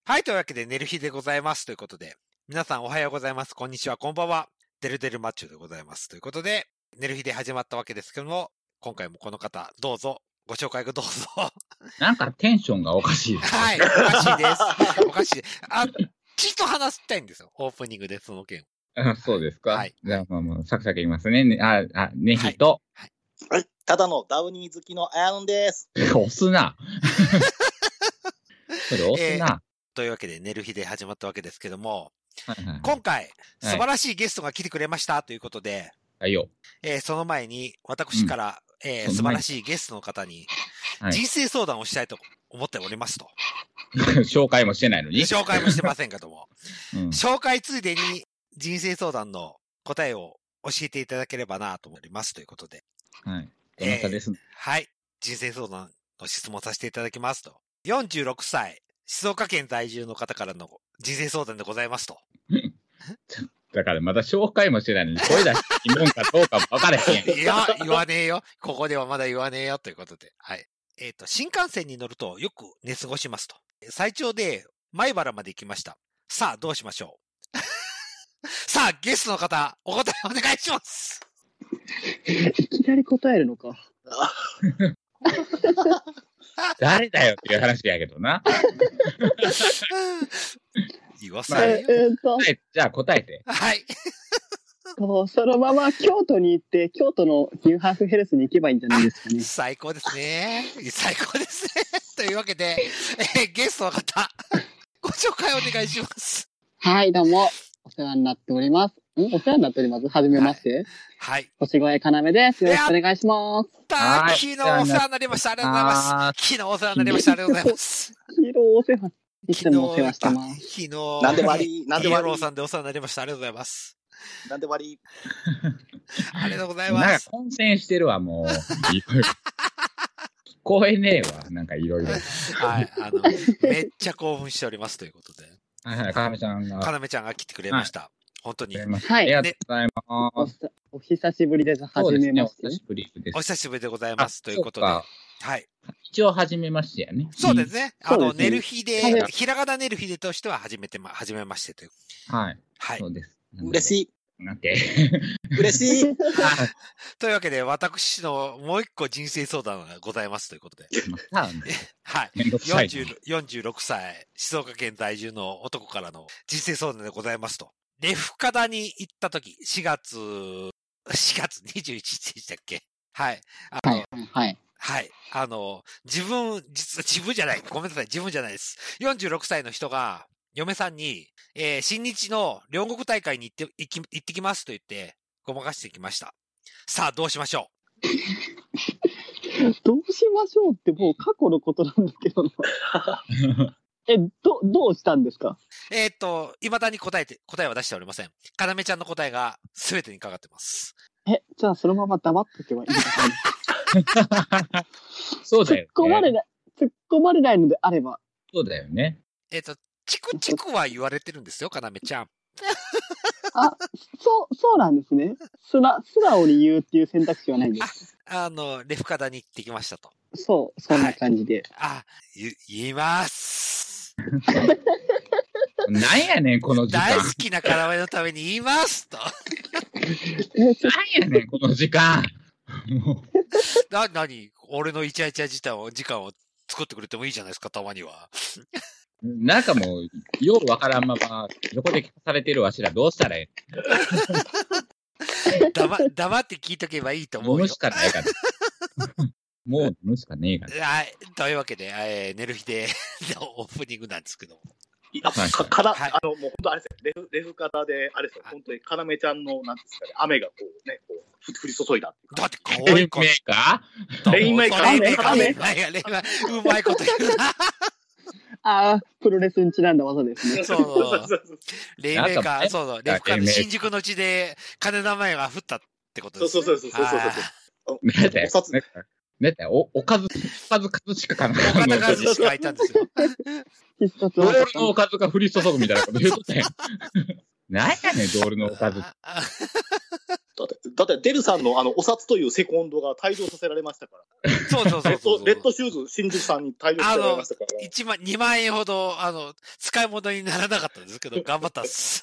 はい、というわけで、寝る日でございますということで、皆さんおはようございます。こんにちは、こんばんは。デルデルマッチョでございます。ということで、寝る日で始まったわけですけども、今回もこの方、どうぞ、ご紹介をどうぞ。 なんかテンションがおかしいです。 はい、おかしいです。おかしいです。ちっと話したいんですよ。オープニングでその件。 そうですか。 はい。 じゃあ、もう、サクサク言いますね。ネヒと。 はい。ただのダウニー好きのアヤノンです。 押すな。それ押すな。 というわけで、寝る日で始まったわけですけども、 はいはい、 今回、素晴らしいゲストが来てくれましたということで、 はいよ。 その前に、私から、素晴らしいゲストの方に、人生相談をしたいと思っておりますと。 紹介もしてないのに紹介もしてませんけども。紹介ついでに、人生相談の答えを教えていただければなと思いますということで。 はい。どなたです、 はい。人生相談の質問させていただきますと。46歳、静岡県在住の方からの人生相談でございますと。 だからまだ紹介もしてないのに、声出していいもんかどうか分かれへん。 いや、言わねえよ。ここではまだ言わねえよということで。はい。新幹線に乗るとよく寝過ごしますと。最長で米原まで行きました。さあ、どうしましょう。さあ、ゲストの方、お答えお願いします。 いきなり答えるのか。 誰だよっていう話やけどな。 言わされよ。 じゃあ答えて。 はい。 そのまま京都に行って、京都のニューハーフヘルスに行けばいいんじゃないですかね。 最高ですね。最高ですね。というわけで、ゲストの方、ご紹介お願いします。 はい、どうも。お世話になっております。お世話になっております。はじめまして。 はい。 星越かなめです。よろしくお願いします。 昨日お世話になりました。ありがとうございます。昨日お世話になりました。ありがとうございます。 昨日お世話。いつもお世話してます。 昨日、 なんで割り、なんで割り。 イエローさんでお世話になりました。ありがとうございます。 なんで割り。 ありがとうございます。 なんか混戦してるわ、もう。聞こえねえわ、なんかいろいろ。 はい。めっちゃ興奮しておりますということで。 はいはい、かなめちゃんが。 かなめちゃんが来てくれました。はい、本当に。 はい。 ありがとうございます。 お久しぶりです。はじめまして。 お久しぶりです。 お久しぶりでございます。ということで。はい。 一応、はじめましてやね。 そうですね。寝る日で、ひらがな寝る日でとしては初めましてという。 はい。 はい。 そうです。 嬉しい。 なんて。 嬉しい。 というわけで、私のもう一個人生相談がございますということで。はい。46歳、静岡県在住の男からの人生相談でございますと。レフカダに行った時、4月21日でしたっけ？はい。 はい。 はい。自分じゃない。ごめんなさい。自分じゃないです。46歳の人が、嫁さんに、新日の両国大会に行ってきますと言って、ごまかしてきました。さあ、どうしましょう。 どうしましょうってもう過去のことなんだけどな。どうしたんですか？ 未だに答えは出しておりません。かなめちゃんの答えが全てにかかってます。 じゃあそのまま黙っておけばいいのかな。 そうだよ、ね。 突っ込まれないのであれば。 そうだよね。 チクは言われてるんですよ、かなめちゃん。 そうなんですね。素直に言うっていう選択肢はないんです。 レフカダに行ってきましたと。 そんな感じで。 はい、言います。 なんやねん、この時間。 大好きなカラメのために言いますと。 なんやねん、この時間。 何俺のイチャイチャ時間を作ってくれてもいいじゃないですか、たまには。 なんかもう、ようわからんまま、横で聞かされてるわしらどうしたらええ黙って聞いとけばいいと思うよ。 もうしかないから。もう飲むしかねえから。 はい。というわけで、寝る日でオープニングなんですけど。 もう本当あれですよ。レフ方で、あれですよ。本当に、かなめちゃんの、なんですかね、雨がこうね、降り注いだ。 だって、こういうこと。 レインメーカー。うまいこと言うな。 プロレスにちなんだ技ですね。 そう。レインメーカー、そう。レフカー新宿の地で金田前が降ったってことです。 そう。 おかずしかかな。 おかずしかいたんですよ。 ドールのおかずが降り注ぐみたいなこと言うとったやん。何やねん、ドールのおかず。 だってデルさんのお札というセコンドが退場させられましたから。 そうそうそうそう。 レッドシューズ新宿さんに退場させられましたから。 1万、2万円ほど、使い物にならなかったんですけど、頑張ったっす。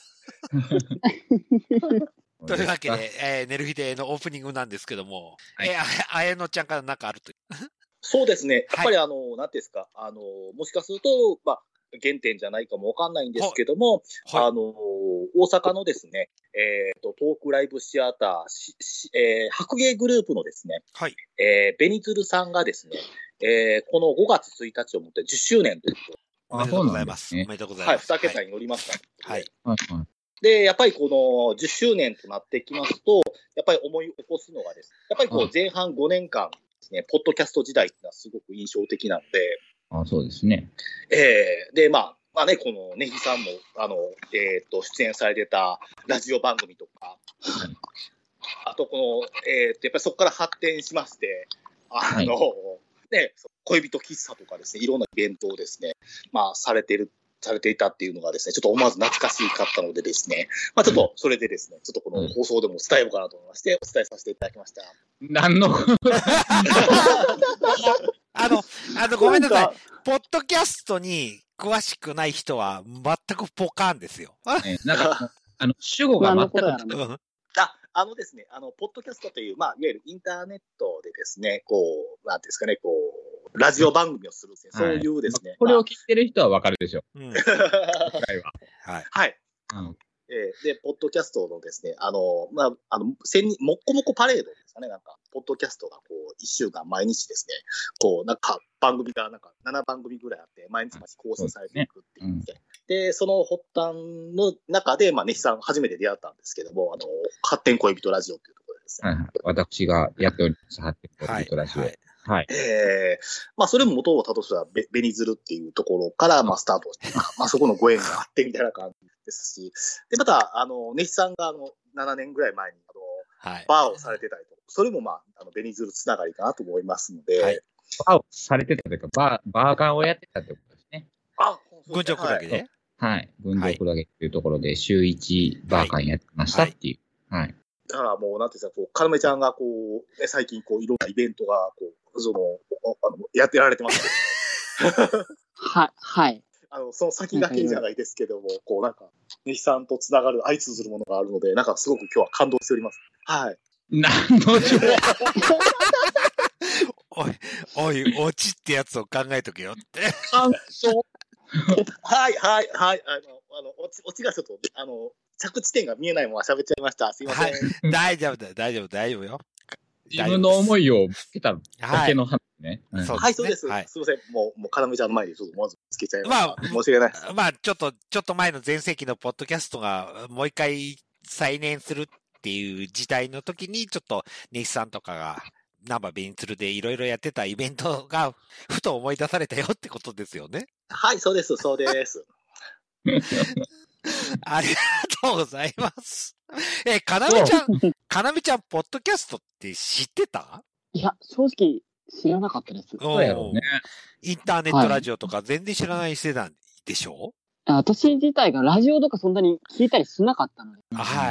というわけで、ネルヒデのオープニングなんですけども、 はい、 あやのちゃんから何かあるという。 そうですね。やっぱりなんていうんですか、もしかすると、まあ、原点じゃないかもわかんないんですけども、はい、大阪のですね、トークライブシアター、白芸グループのですね、はい、ベニズルさんがですね、この5月1日をもって10周年ということで。 おめでとうございます。おめでとうございます。 はい、2桁に乗りました。 はい。 で、やっぱりこの10周年となってきますと、やっぱり思い起こすのがですね、やっぱりこう前半5年間ですね、ポッドキャスト時代っていうのはすごく印象的なので、 そうですね。 で、まあね、このネギさんも、出演されてたラジオ番組とか、あとこの、やっぱりそこから発展しまして、ね、恋人喫茶とかですね、いろんなイベントをですね、まあ、されていたっていうのがですね、ちょっと思わず懐かしかったのでですね、まあちょっとそれでですね、ちょっとこの放送でも伝えようかなと思いまして、お伝えさせていただきました。 何のごめんなさい。ポッドキャストに詳しくない人は全くポカーンですよ。 なんか、主語が全く違う。 ですね、ポッドキャストという、まあ、いわゆるインターネットでですね、こう、なんていうんですかね、こう、ラジオ番組をするですね、そういうですね。 これを聞いてる人はわかるでしょう。 はい。 はい。で、ポッドキャストのですね、もっこもこパレードですかね、なんか、ポッドキャストがこう、1週間毎日ですね、こう、なんか、番組がなんか、7番組ぐらいあって、毎日更新されていくっていうで、で、その発端の中で、まあ、ネヒさん初めて出会ったんですけども、発展恋人ラジオっていうところでですね。 私がやっております、発展恋人ラジオ。はい。 まあ、それも元をたどしたベニズルっていうところから、まあ、スタートして、まあ、そこのご縁があってみたいな感じですし、で、また、ネヒさんが7年ぐらい前に、バーをされてたりとか、それもまあ、ベニズルつながりかなと思いますので、 はい、バーをされてたというか、バーガーをやってたってことですね。 群青クラゲで、 はい。群青クラゲっていうところで、週1バーガーやってましたっていう。はい。 だからもう、なんていうんですか、こう、かなめちゃんがこう、最近こう、いろんなイベントが、こう、やってられてますけど。 はい。 その先駆けじゃないですけども、こうなんか、ネヒさんとつながる、相通ずるものがあるので、なんかすごく今日は感動しております。はい。 何の情報おい、オチってやつを考えとけよって。 感想はい。オチがちょっと、着地点が見えないまま喋っちゃいました。すいません。 はい、大丈夫よ。 自分の思いをつけただけの話ね。 はい、そうです。すいません。もう、かなめちゃんの前にちょっとまずつけちゃいました。申し訳ないです。 まあ、ちょっと前の前世紀のポッドキャストがもう一回再燃するっていう時代の時に、ちょっとネヒさんとかが、ナンバーベニツルでいろいろやってたイベントが、ふと思い出されたよってことですよね。 はい、そうです。 ありがとうございます。かなめちゃん、ポッドキャストって知ってた？ いや、正直知らなかったです。 そうやろうね。 インターネットラジオとか全然知らない世代でしょ？ 私自体がラジオとかそんなに聞いたりしなかったので。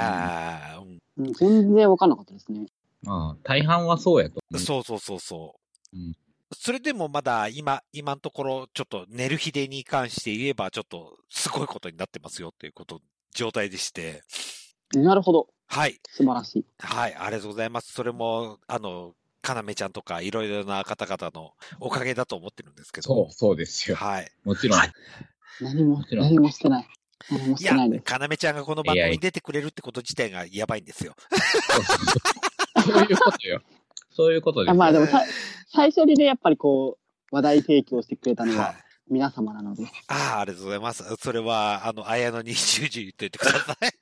全然わかんなかったですね。 大半はそうやと。 そう。それでもまだ今のところ、ちょっと寝る日でに関して言えば、ちょっとすごいことになってますよっていう状態でして。 なるほど。 はい。 素晴らしい。 はい、ありがとうございます。それも、かなめちゃんとかいろいろな方々のおかげだと思ってるんですけど。 そうですよ。 はい。 もちろん。 何もしてない。 いや、かなめちゃんがこの番組に出てくれるってこと自体がやばいんですよ。 そういうことよ。そういうことです。 まあでも最初にね、やっぱりこう、話題提供してくれたのは皆様なので。 ありがとうございます。それは、綾野に重々言っといてください。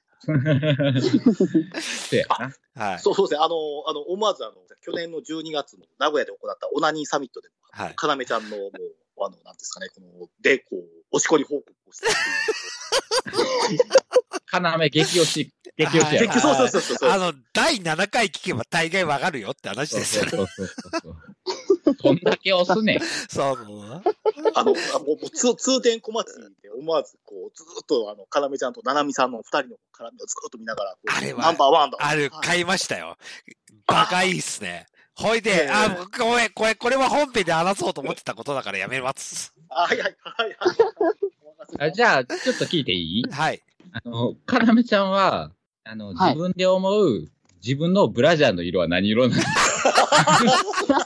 そうですね。思わず去年の12月の名古屋で行ったオナニーサミットでも、かなめちゃんのもう、なんですかね、こう、おしこり報告をして。 かなめ激推しや。 そう。 第7回聞けば大概わかるよって話ですよね。 そう。どんだけ押すねん。 そう。 もう通天小町で思わず、こう、ずっと、かなめちゃんとななみさんの二人の絡みをずっと見ながら、 あれはナンバーワンだ。 買いましたよ。バカいいっすね。ほいで、ごめん、これは本編で話そうと思ってたことだからやめます。 はい。 じゃあ、ちょっと聞いていい？ はい。 かなめちゃんは、自分で思う、自分のブラジャーの色は何色なんですか？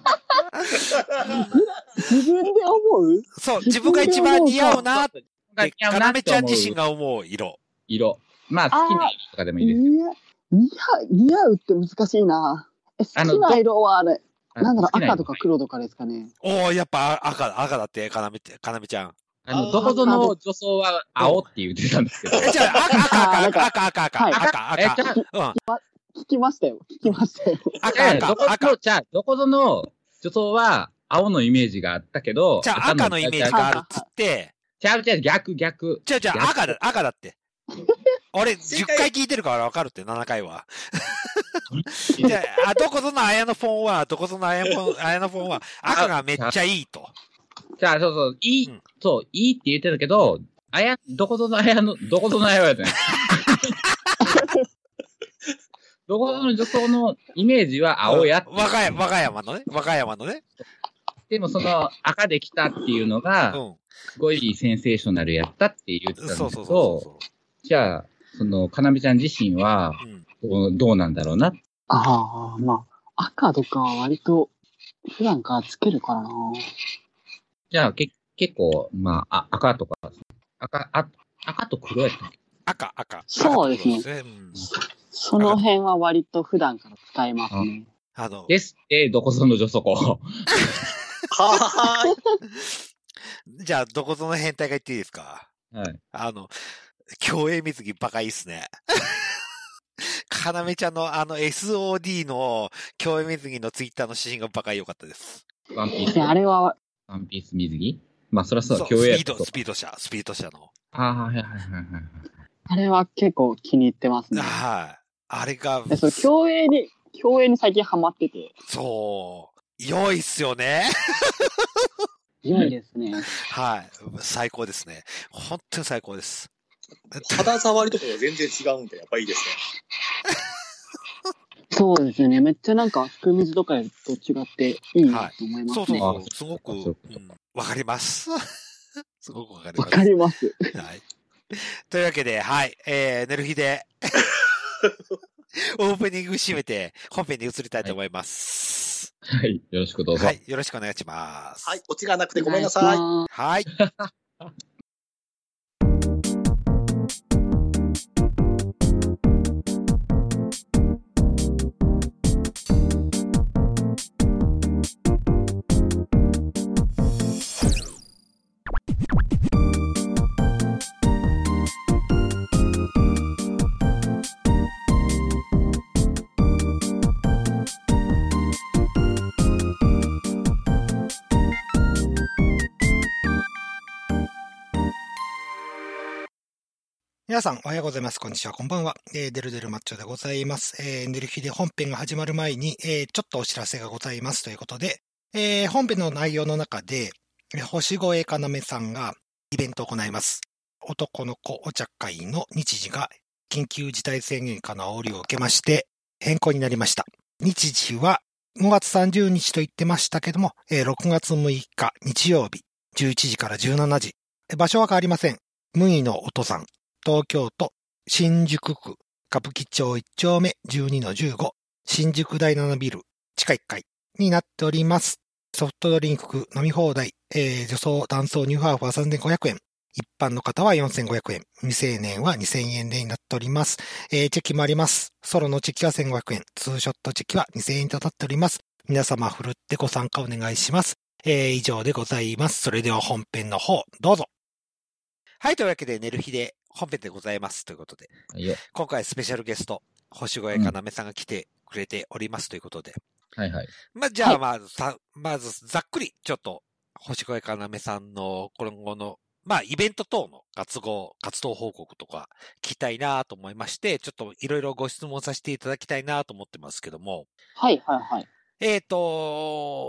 自分で思う？ そう、自分が一番似合うなって、かなめちゃん自身が思う色。 まあ、好きな色とかでもいいです。 似合うって難しいな。好きな色はあれ、なんだろう、赤とか黒とかですかね。 やっぱ赤だって、かなめちゃん。 どこぞの女装は青って言ってたんですけど。 じゃあ、赤。 聞きましたよ。 赤。どこぞの女装は青のイメージがあったけど。 じゃあ、赤のイメージがあるっつって。 逆。 じゃあ、赤だって。俺、10回聞いてるから分かるって、7回は。じゃあ、どこぞの綾野フォンは、赤がめっちゃいいと。 じゃあ、いいって言ってるけど、どこぞの綾はやつね。どこぞの女装のイメージは青やって。 和歌山のね。 でもその赤で来たっていうのが、すごいセンセーショナルやったって言ってたんですけど、じゃあ、かなめちゃん自身は、どうなんだろうな。 まあ、赤とかは割と普段からつけるからな。 じゃあ、結構、まあ、赤とか、赤と黒やったっけ？ 赤。 そうですね。その辺は割と普段から使いますね。 ですって、どこぞの女装子。 じゃあ、どこぞの変態が言っていいですか？ はい。 競泳水着バカいいっすね。かなめちゃんのSOD の競泳水着のツイッターの写真がバカ良かったです。 ワンピース。 あれは、 ワンピース水着？まあ、そりゃそうだ、 競泳スピード車の。 はい。 あれは結構気に入ってますね。 はい。あれが。 競泳に最近ハマってて。 そう。良いっすよね。 良いですね。 はい。最高ですね。本当に最高です。 肌触りとかが全然違うんで、やっぱいいですね。 そうですね。めっちゃなんか、福水とかと違っていいなと思いますね。 そう。すごく、わかります。すごくわかります。 わかります。 はい。というわけで、はい。寝る日で、オープニング締めて、本編に移りたいと思います。 はい。よろしくどうぞ。 はい。よろしくお願いします。 はい。オチがなくてごめんなさい。 はい。皆さん、おはようございます。こんにちは。こんばんは。デルマッチョでございます。寝る日で本編が始まる前に、ちょっとお知らせがございますということで、本編の内容の中で、星越かなめさんがイベントを行います。男の子お茶会の日時が緊急事態宣言下の煽りを受けまして、変更になりました。日時は5月30日と言ってましたけども、6月6日日曜日、11時から17時。場所は変わりません。麦のお父さん。東京都新宿区歌舞伎町1丁目 12-15 新宿第7ビル地下1階になっております。ソフトドリンク飲み放題、女装男装ニューハーフは3500円。一般の方は4500円。未成年は2000円でになっております。チェキもあります。ソロのチェキは1500円。ツーショットチェキは2000円となっております。皆様ふるってご参加お願いします。以上でございます。それでは本編の方、どうぞ。はい、というわけで寝る日で本編でございますということで、今回スペシャルゲスト、星越かなめさんが来てくれておりますということで。 はいはい。 じゃあまずざっくりちょっと星越かなめさんの今後のイベント等の活動報告とか聞きたいなと思いまして、ちょっといろいろご質問させていただきたいなと思ってますけども。 はい。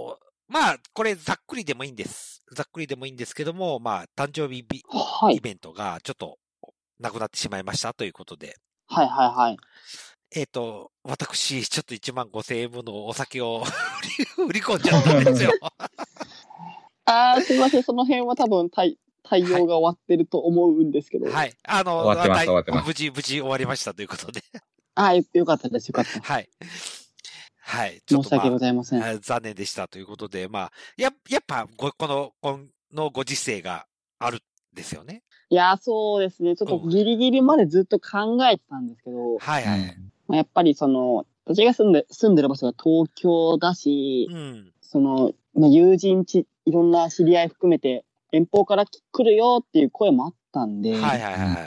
まあ、これざっくりでもいいんです。ざっくりでもいいんですけども、まあ、誕生日イベントがちょっとなくなってしまいましたということで。 はいはいはい。 私、ちょっと15,000円分のお酒を売り込んじゃったんですよ。 すいません。その辺は多分対応が終わってると思うんですけど。 はい。 終わってます。 無事終わりましたということで。 よかったです、よかった。 はい。はい。 申し訳ございません。 残念でしたということで、まあ、やっぱ、このご時世があるんですよね。 いや、そうですね。ちょっとギリギリまでずっと考えてたんですけど。 はいはい。 やっぱり私が住んでる場所が東京だし、友人いろんな知り合い含めて、遠方から来るよっていう声もあったんで、 はいはいはい。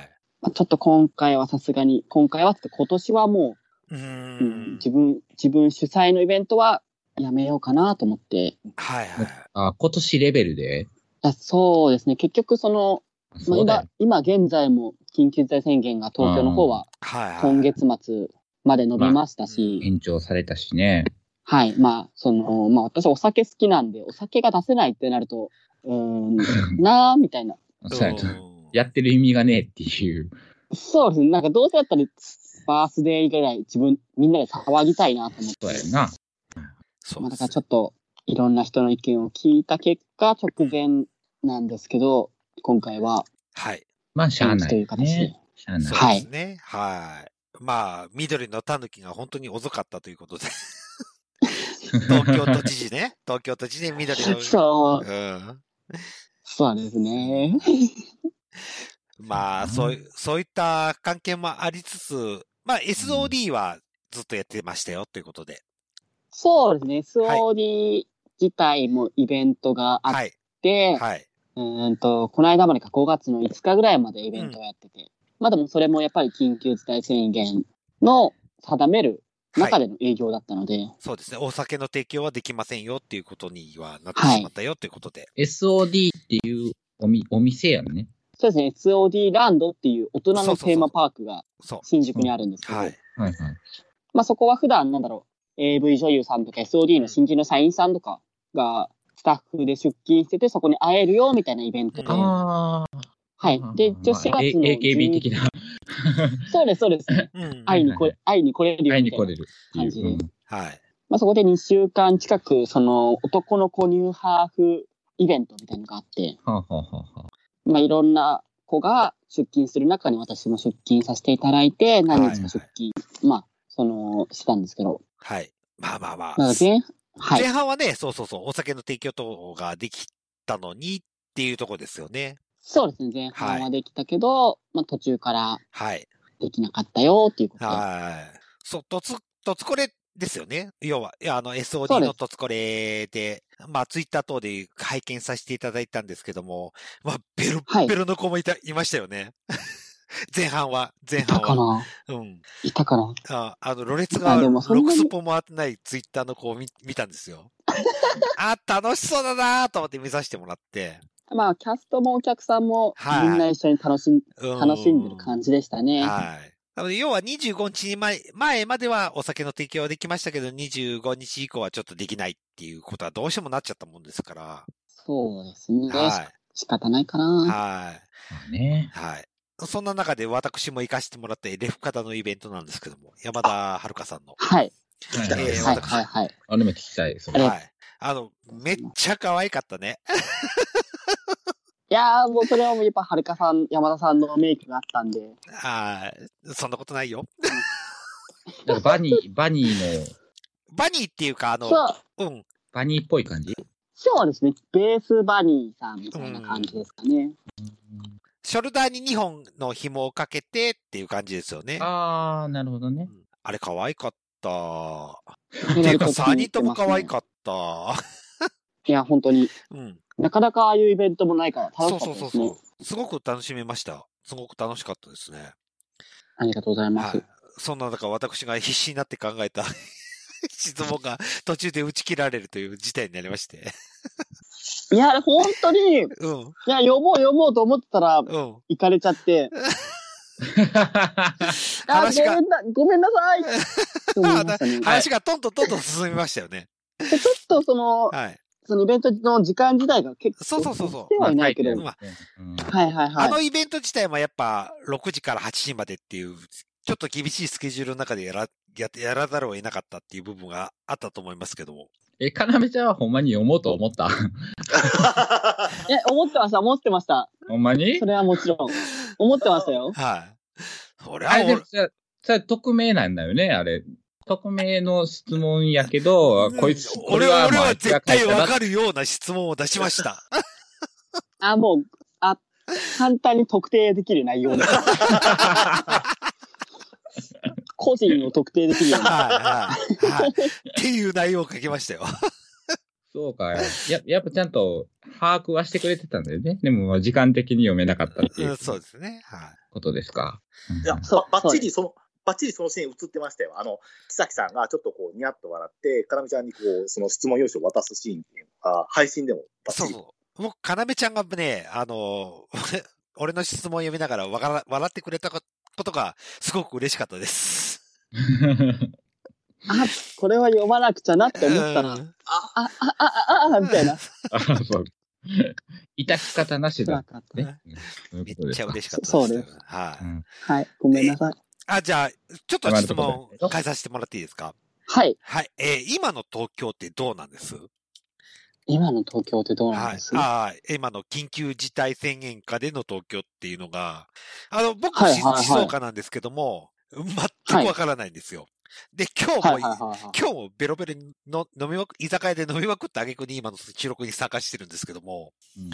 ちょっと今回は今年はもう、自分主催のイベントはやめようかなと思って。 はいはい。 今年レベルで？ そうですね。結局今現在も緊急事態宣言が東京の方は今月末まで伸びましたし。 延長されたしね。 はい。私お酒好きなんで、お酒が出せないってなると、みたいな。 やってる意味がねえっていう。 そうですね。なんかどうせだったら、バースデーぐらいみんなで騒ぎたいなと思って。 そうやな。 だからちょっと、いろんな人の意見を聞いた結果、直前なんですけど、今回は。 はい。 まあ、しゃあない。 という形で。 しゃあない。そうですね。はい。まあ、緑の狸が本当に遅かったということで。東京都知事ね。東京都知事で緑の。 そう。そうですね。 まあ、そういった関係もありつつ、まあ、SOD はずっとやってましたよということで。 そうですね。SOD 自体もイベントがあって、はい。この間までか5月の5日ぐらいまでイベントをやってて、でもそれもやっぱり緊急事態宣言の定める中での営業だったので、はい。 そうですね。お酒の提供はできませんよっていうことにはなってしまったよということで。 SOD っていうお店やね。 そうですね。SOD ランドっていう大人のテーマパークが新宿にあるんですけど、はい。そこは普段AV 女優さんとか SOD の新人の社員さんとかがスタッフで出勤してて、そこに会えるよみたいなイベントで。はい。で、4月の。 AKB 的な。 そうです、そうです。会いに来れるよみたいな感じで。 はい。 そこで2週間近く、男の子ニューハーフイベントみたいなのがあって、いろんな子が出勤する中に私も出勤させていただいて、何日か出勤、したんですけど。 はい。まあ。 前半はね、そう、お酒の提供等ができたのにっていうところですよね。 そうですね。前半はできたけど、途中からできなかったよっていうことで。 はい。そう、とつこれですよね。要は、SOD のとつこれで、ツイッター等で拝見させていただいたんですけども、ベロベロの子もいましたよね。前半は。 いたかな。いたかな。 ろれつが6スポもあってないツイッターの子を見たんですよ。楽しそうだなと思って見させてもらって。 キャストもお客さんもみんな一緒に楽しんでる感じでしたね。 はい。要は25日前まではお酒の提供はできましたけど、25日以降はちょっとできないっていうことはどうしてもなっちゃったもんですから。 そうですね。はい。仕方ないかな。 はい。 ね。 はい。そんな中で私も行かせてもらったレフカダのイベントなんですけども、山田遥さんの。 はい。 はい。あれも聞きたい。 はい。めっちゃ可愛かったね。 いやー、もうそれはもうやっぱ山田さんのメイクがあったんで。 そんなことないよ。 だからバニーの。 バニーっていうか、 バニーっぽい感じ？ そうですね。ベースバニーさんみたいな感じですかね。 ショルダーに2本の紐をかけてっていう感じですよね。 なるほどね。 あれ可愛かった。っていうか、3人とも可愛かった。 いや、本当に。なかなかああいうイベントもないから楽しかったですね。 そう。すごく楽しめました。すごく楽しかったですね。 ありがとうございます。 そんな中、私が必死になって考えた質問が途中で打ち切られるという事態になりまして。 いや、本当に、いや、読もうと思ってたら、行かれちゃって。ごめんなさい。 話がトントン進みましたよね。 ちょっとそのイベントの時間自体が結構、 そう。 ではいないけど。 はいはいはい。あのイベント自体もやっぱ6時から8時までっていう、ちょっと厳しいスケジュールの中でやらざるを得なかったっていう部分があったと思いますけども。 かなめちゃんはほんまに読もうと思った思ってました。 ほんまに？ それはもちろん。思ってましたよ。 はい。それはそれ匿名なんだよね、あれ。匿名の質問やけど、こいつ、 俺は絶対わかるような質問を出しました。 もう、簡単に特定できる内容です。個人を特定できるような。 はい。っていう内容を書きましたよ。 そうか。やっぱちゃんと把握はしてくれてたんだよね。でも時間的に読めなかったっていう。 そうですね。はい。 ことですか。 いや、バッチリそのシーン映ってましたよ。木崎さんがちょっとこう、ニヤッと笑って、かなめちゃんにこう、その質問用紙を渡すシーンっていうのが、配信でもバッチリ。 そう。僕、かなめちゃんがね、俺の質問を読みながら笑ってくれたことが、すごく嬉しかったです。 これは読まなくちゃなって思ったら、みたいな。 そう。致し方なしだ。 ね。めっちゃ嬉しかったです。 そうです。 はい。 はい。ごめんなさい。 じゃあ、ちょっと質問変えさせてもらっていいですか？ はい。 はい。今の東京ってどうなんです？ 今の東京ってどうなんです？ 今の緊急事態宣言下での東京っていうのが、僕、静岡なんですけども、全くわからないんですよ。で、今日もベロベロの居酒屋で飲みまくった挙句に今の収録に参加してるんですけども。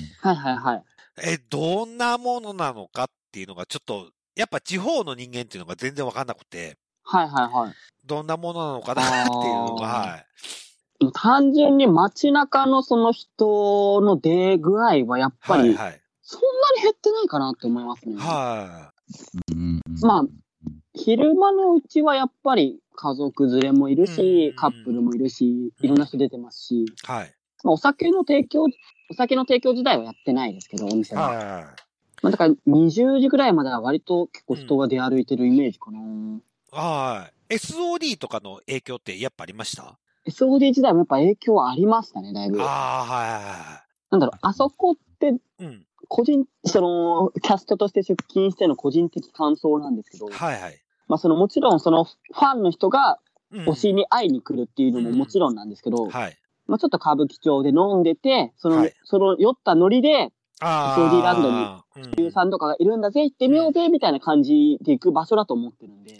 どんなものなのかっていうのがちょっと、やっぱ地方の人間っていうのが全然わかんなくて。どんなものなのかなっていうのが、 単純に街中のその人の出具合はやっぱり、そんなに減ってないかなって思いますね。まあ、昼間のうちはやっぱり家族連れもいるし、カップルもいるし、いろんな人出てますし、お酒の提供自体はやってないですけど、お店は。だから20時ぐらいまでは割と結構人が出歩いてるイメージかな。 SOD とかの影響ってやっぱありました？ SOD 時代もやっぱ影響はありましたね、だいぶ。なんだろう、あそこって、キャストとして出勤しての個人的感想なんですけど、まあもちろんそのファンの人が推しに会いに来るっていうのももちろんなんですけど、まあちょっと歌舞伎町で飲んでて、その酔ったノリで、SOD ランドに女優さんとかがいるんだぜ、行ってみようぜ、みたいな感じで行く場所だと思ってるんで。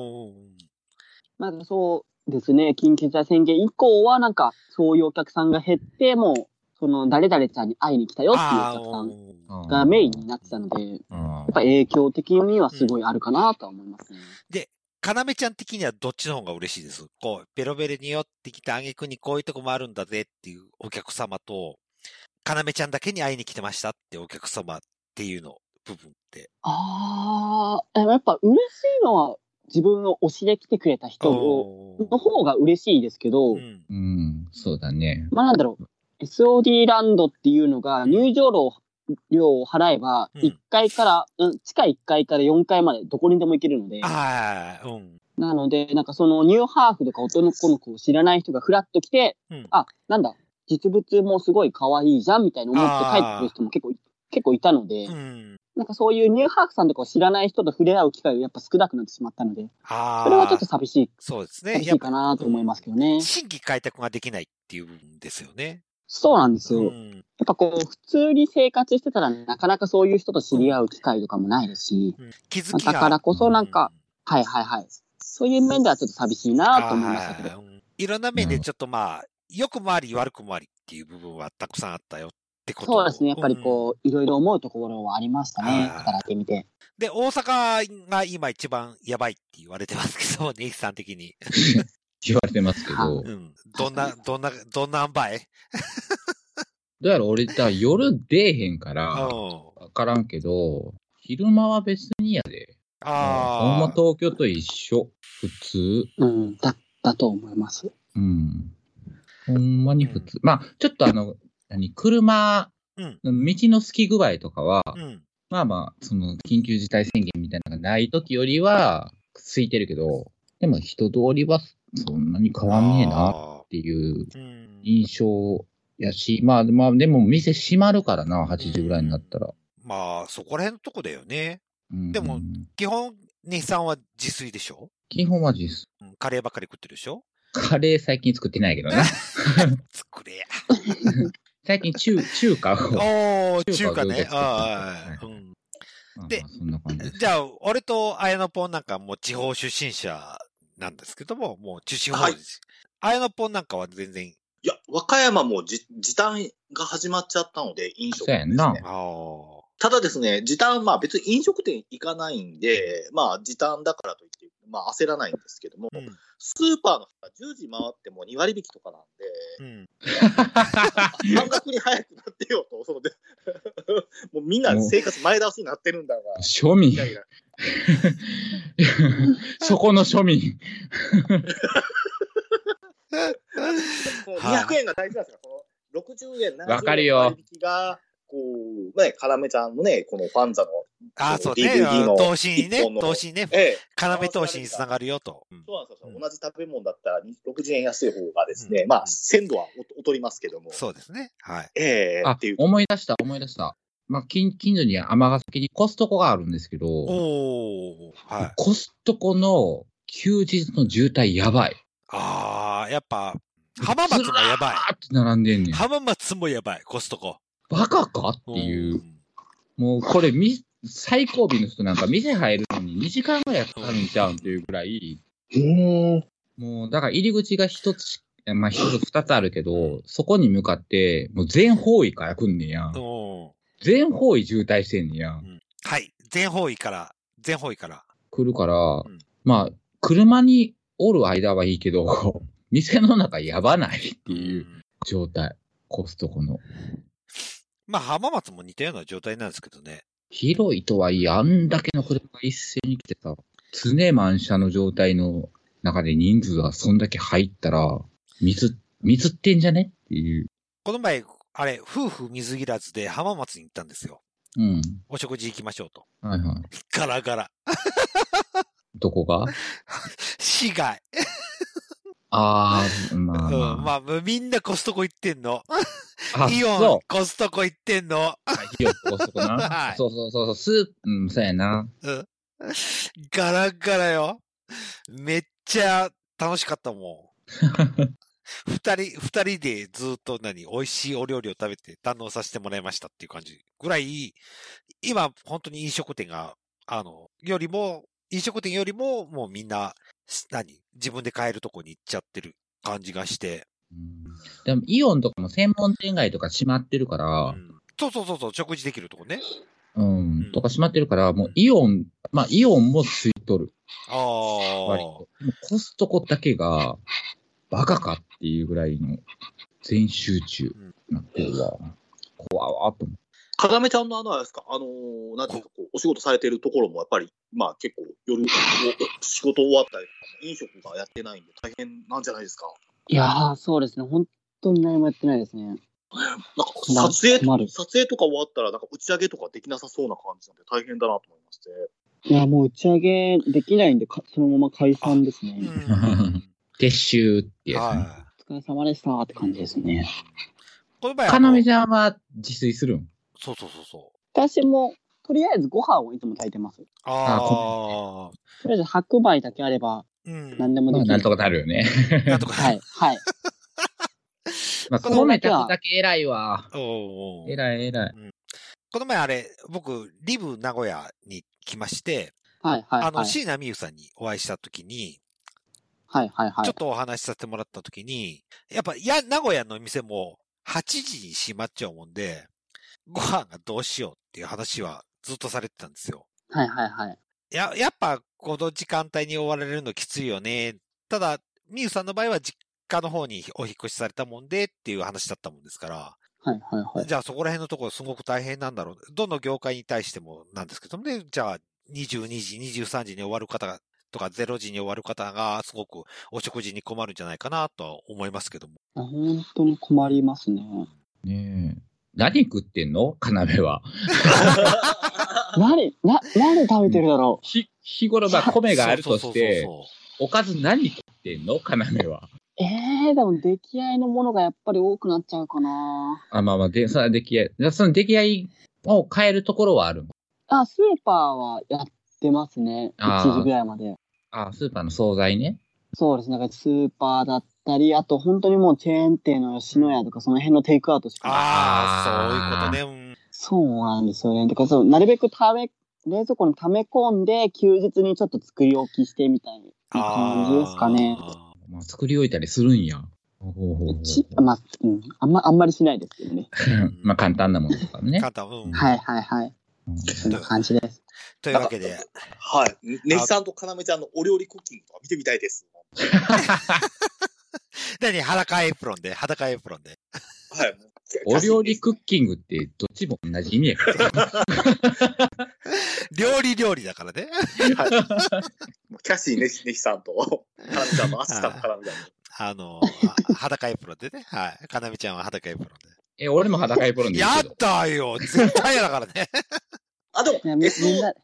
なんかそうですね、緊急事態宣言以降はなんかそういうお客さんが減って、もう、その誰々ちゃんに会いに来たよっていうお客さんがメインになってたので、やっぱ影響的にはすごいあるかなとは思いますね。 で、かなめちゃん的にはどっちの方が嬉しいです？こう、ベロベロに寄ってきて挙句にこういうとこもあるんだぜっていうお客様と、かなめちゃんだけに会いに来てましたってお客様っていうの部分って。 やっぱ嬉しいのは自分を推しで来てくれた人の方が嬉しいですけど、 そうだね。 まあなんだろう、SOD ランドっていうのが入場料を払えば、1階から、地下1階から4階までどこにでも行けるので、なので、なんかそのニューハーフとか男の子を知らない人がフラッと来て、なんだ、実物もすごい可愛いじゃんみたいに思って帰ってくる人も結構いたので、なんかそういうニューハーフさんとかを知らない人と触れ合う機会がやっぱ少なくなってしまったので、それはちょっと寂しい。 そうですね。 寂しいかなと思いますけどね。 新規開拓ができないっていう部分ですよね。 そうなんですよ。やっぱこう、普通に生活してたらなかなかそういう人と知り合う機会とかもないですし、だからこそなんか、そういう面ではちょっと寂しいなと思いましたけど。 いろんな面でちょっとまあ、良くもあり悪くもありっていう部分はたくさんあったよってこと。 そうですね。やっぱりこう、いろいろ思うところはありましたね。働いてみて。 で、大阪が今一番やばいって言われてますけど、ネイさん的に。 言われてますけど。 どんな塩梅？ どうやら俺、夜出えへんから、わからんけど、昼間は別にやで。ほんま東京と一緒。普通。 だと思います。 ほんまに普通。まあ、ちょっと車、道の好き具合とかは、まあまあ、その、緊急事態宣言みたいなのがない時よりは、空いてるけど、でも人通りはそんなに変わんねえなっていう印象やし、まあ、でも店閉まるからな、8時ぐらいになったら。 まあ、そこら辺のとこだよね。でも、基本、ネヒさんは自炊でしょ？ 基本は自炊。 カレーばっかり食ってるでしょ？ カレー最近作ってないけどな。 作れや。 最近中華を。中華ね。で、じゃあ、俺と綾野ポンなんかもう地方出身者なんですけども、もう地方です。綾野ポンなんかは全然。 いや、和歌山も時短が始まっちゃったので、飲食店ですね。ただですね、時短、まあ別に飲食店行かないんで、まあ時短だからといって、まあ焦らないんですけども、スーパーの人が10時回っても2割引きとかなんで、半額に早くなってよと、もうみんな生活前倒しになってるんだが。 庶民。そこの庶民。 200円が大事なんですよ。この60円、70円わかるよ。 割引が、こう、ね、かなめちゃんのね、このファンザの、 そうね、投資にね、かなめ投資につながるよと。 そうなんですよ。同じ食べ物だったら60円安い方がですね、まあ、鮮度は劣りますけども。 そうですね。はい。 っていう。思い出した。まあ、近所に尼崎にコストコがあるんですけど、 はい。 コストコの休日の渋滞やばい。 やっぱ、浜松もやばい。 って並んでんねん。 浜松もやばい、コストコ。 バカかっていう。もうこれ最後尾の人なんか店入るのに2時間ぐらいかかるんちゃうんっていうぐらい。もうだから入り口が一つ二つあるけど、そこに向かってもう全方位から来んねんや。全方位渋滞してんねんや。 はい。全方位から。 来るから、まあ、車におる間はいいけど、店の中やばないっていう状態。コストコの。 まあ、浜松も似たような状態なんですけどね。 広いとはいえ、あんだけの車が一斉に来てさ、常満車の状態の中で人数がそんだけ入ったら、水ってんじゃねっていう。 この前、あれ、夫婦水入らずで浜松に行ったんですよ。お食事行きましょうと。 はいはい。 ガラガラ。 どこが？ 市外。 まあ、みんなコストコ行ってんの。イオン、コストコ行ってんの。 イオン、コストコな。はい、そう、そうやな。 ガラガラよ。めっちゃ楽しかったもん。二人でずっと美味しいお料理を食べて堪能させてもらいましたっていう感じぐらい、今、本当に飲食店よりも、もうみんな、自分で買えるとこに行っちゃってる感じがして。 でも、イオンとかも専門店街とか閉まってるから、 そう、食事できるとこね。 とか閉まってるから、もうイオンもついとる。割と。コストコだけが、バカかっていうぐらいの全集中になってるわ。怖わと思う。 かなめちゃんのあれですか、なんていうかお仕事されてるところもやっぱり、まあ結構夜、仕事終わったりとか、飲食がやってないんで大変なんじゃないですか。 いやー、そうですね。本当に何もやってないですね。 なんか撮影とか終わったら、なんか打ち上げとかできなさそうな感じなんで大変だなと思いまして。 いや、もう打ち上げできないんで、そのまま解散ですね。 撤収ってやつね。 お疲れ様でしたって感じですね。 かなめちゃんは自炊するん？ そう。 私も、とりあえずご飯をいつも炊いてます。とりあえず白米だけあれば、何でもできる。 なんとかなるよね。 はい。 まあ、米炊くだけ偉いわ。偉い。 この前僕、リブ名古屋に来まして、椎名美優さんにお会いしたときに、ちょっとお話しさせてもらったときに、やっぱ、名古屋の店も8時に閉まっちゃうもんで、ご飯がどうしようっていう話はずっとされてたんですよ。やっぱ、この時間帯に追われるのきついよね。ただ、美優さんの場合は実家の方にお引越しされたもんでっていう話だったもんですから、じゃあそこら辺のところすごく大変なんだろう。どの業界に対してもなんですけどね、じゃあ22時、23時に終わる方とか0時に終わる方がすごくお食事に困るんじゃないかなとは思いますけども。 本当に困りますね。 ねえ。何食ってんの？かなめは。 何食べてるだろう。 日頃米があるとして、おかず何食ってんの？かなめは。 でも出来合いのものがやっぱり多くなっちゃうかな。 まあ、それは出来合い。その出来合いを変えるところはあるの？スーパーはやってますね。1時ぐらいまで。 スーパーの惣菜ね。 そうですね。なんかスーパーだったり、あと本当にもうチェーン店の吉野家とかその辺のテイクアウトしかそういうことね。 そうなんですよね。だからなるべく冷蔵庫に溜め込んで、休日にちょっと作り置きしてみたいな感じですかね。 作り置いたりするんや。 あんまりしないですけどね。 簡単なものとかね。 はい。そんな感じです。 というわけで。 はい。ネギさんとかなめちゃんのお料理クッキングとか見てみたいです。 何裸エプロンで。はい。 お料理クッキングってどっちも同じ意味やから。 料理だからね。 はい。キャシーネヒさんと、かなめちゃんのアシスタントかなめちゃんの。裸エプロンでね。はい。かなめちゃんは裸エプロンで。 俺も裸エプロンで。 やったよ絶対やだからね。 でも、 みんな。はい。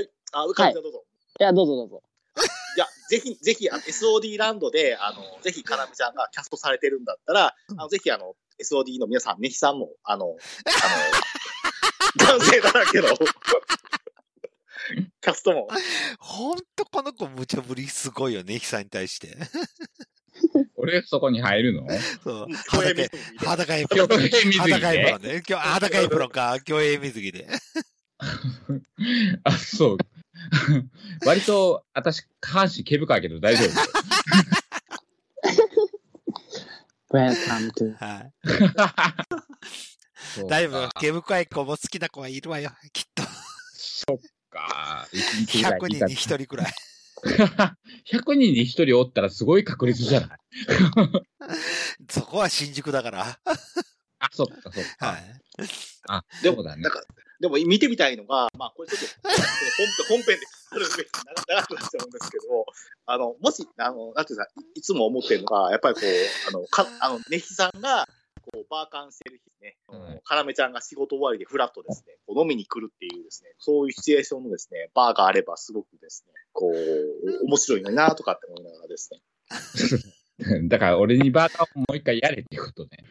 かなめちゃんどうぞ。 いや、どうぞ。 いや、ぜひ、SOD ランドで、ぜひ、かなめちゃんがキャストされてるんだったら、ぜひ、SOD の皆さん、ネヒさんも、男性だらけの、キャストも。 ほんとこの子無茶ぶりすごいよ、ネヒさんに対して。 俺そこに入るの？ そう。裸エプロン。裸エプロンね。裸エプロンか、競泳水着で。 そう。割と、私、下半身毛深いけど大丈夫。Welcome to. はい。だいぶ毛深い子も好きな子はいるわよ、きっと。 そっか。 100人に1人くらい。 100人に1人おったらすごい確率じゃない？ そこは新宿だから。 そっか。 はい。 でもだね。でも見てみたいのが、これちょっと本編で長くなっちゃうんですけど、もし、なんていうか、いつも思ってるのが、やっぱりネヒさんが、バーカンしてる日ね、かなめちゃんが仕事終わりでフラッとですね、飲みに来るっていうですね、そういうシチュエーションのですね、バーがあればすごくですね、面白いのになとかって思いながらですね。だから俺にバーカンをもう一回やれっていうことね。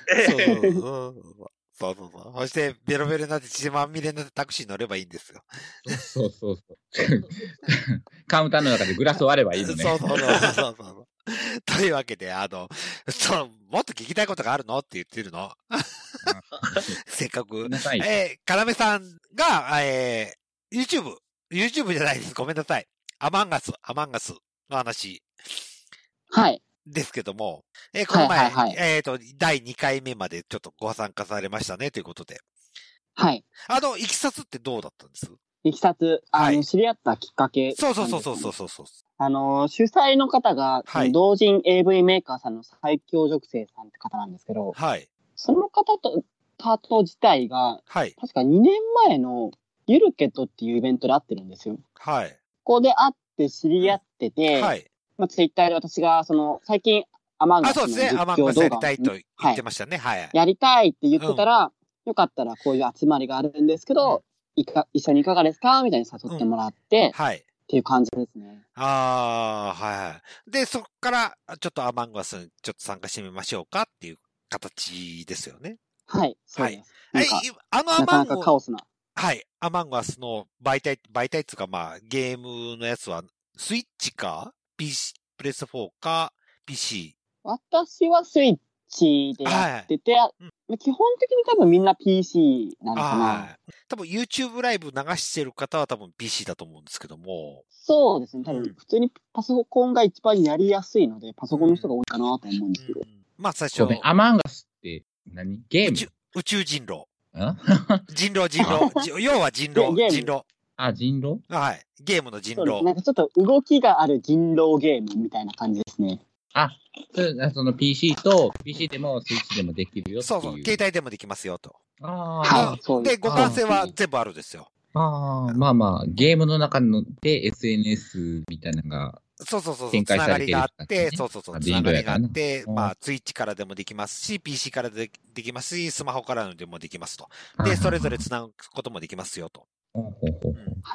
そう。そして、ベロベロになって血まみれになってタクシー乗ればいいんですよ。 そう。カウンターの中でグラスを割ればいいのね。 そう。というわけで、もっと聞きたいことがあるのって言ってるの。せっかく。かなめさんが、YouTube じゃないです。ごめんなさい。アマンガスの話。 はい。 ですけども、この前、第2回目までちょっとご参加されましたね、ということで。 はい。 いきさつってどうだったんです？ いきさつ、知り合ったきっかけ。 そう。主催の方が、同人 AV メーカーさんの最強女性さんって方なんですけど、 はい。 その方自体が、はい。確か2年前のユルケットっていうイベントで会ってるんですよ。 はい。 ここで会って知り合ってて、はい。ツイッターで私が、最近、アマンガスの実況動画。そうですね。アマンガスやりたいと言ってましたね。はい。やりたいって言ってたら、よかったらこういう集まりがあるんですけど、一緒にいかがですかみたいに誘ってもらって、はい。っていう感じですね。 はい。で、そこから、ちょっとアマンガスにちょっと参加してみましょうかっていう形ですよね。 はい。そうです。 はい。 アマンガス。なかなかカオスな。 はい。アマンガスの媒体っていうか、ゲームのやつは、スイッチかPC、プレス4か PC。 私はスイッチでやってて、基本的に多分みんな PC なのかな。 多分 YouTube ライブ流してる方は多分 PC だと思うんですけども。 そうですね。多分普通にパソコンが一番やりやすいので、パソコンの人が多いかなと思うんですけど。 最初。 アマンガスって何？ゲーム？ 宇宙人狼。人狼。要は人狼。人狼。 人狼？ はい。ゲームの人狼。 なんかちょっと動きがある人狼ゲームみたいな感じですね。 その PC でもスイッチでもできるよっていう。 そう。携帯でもできますよと。 はい。 で、互換性は全部あるんですよ。 ゲームの中で SNS みたいなのが。 そう。つながりがあって、つながりがあって、ツイッチからでもできますし、PC からできますし、スマホからでもできますと。で、それぞれつなぐこともできますよと。 はい。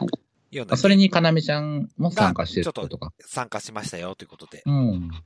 それにかなめちゃんも参加してることか。 参加しましたよということで。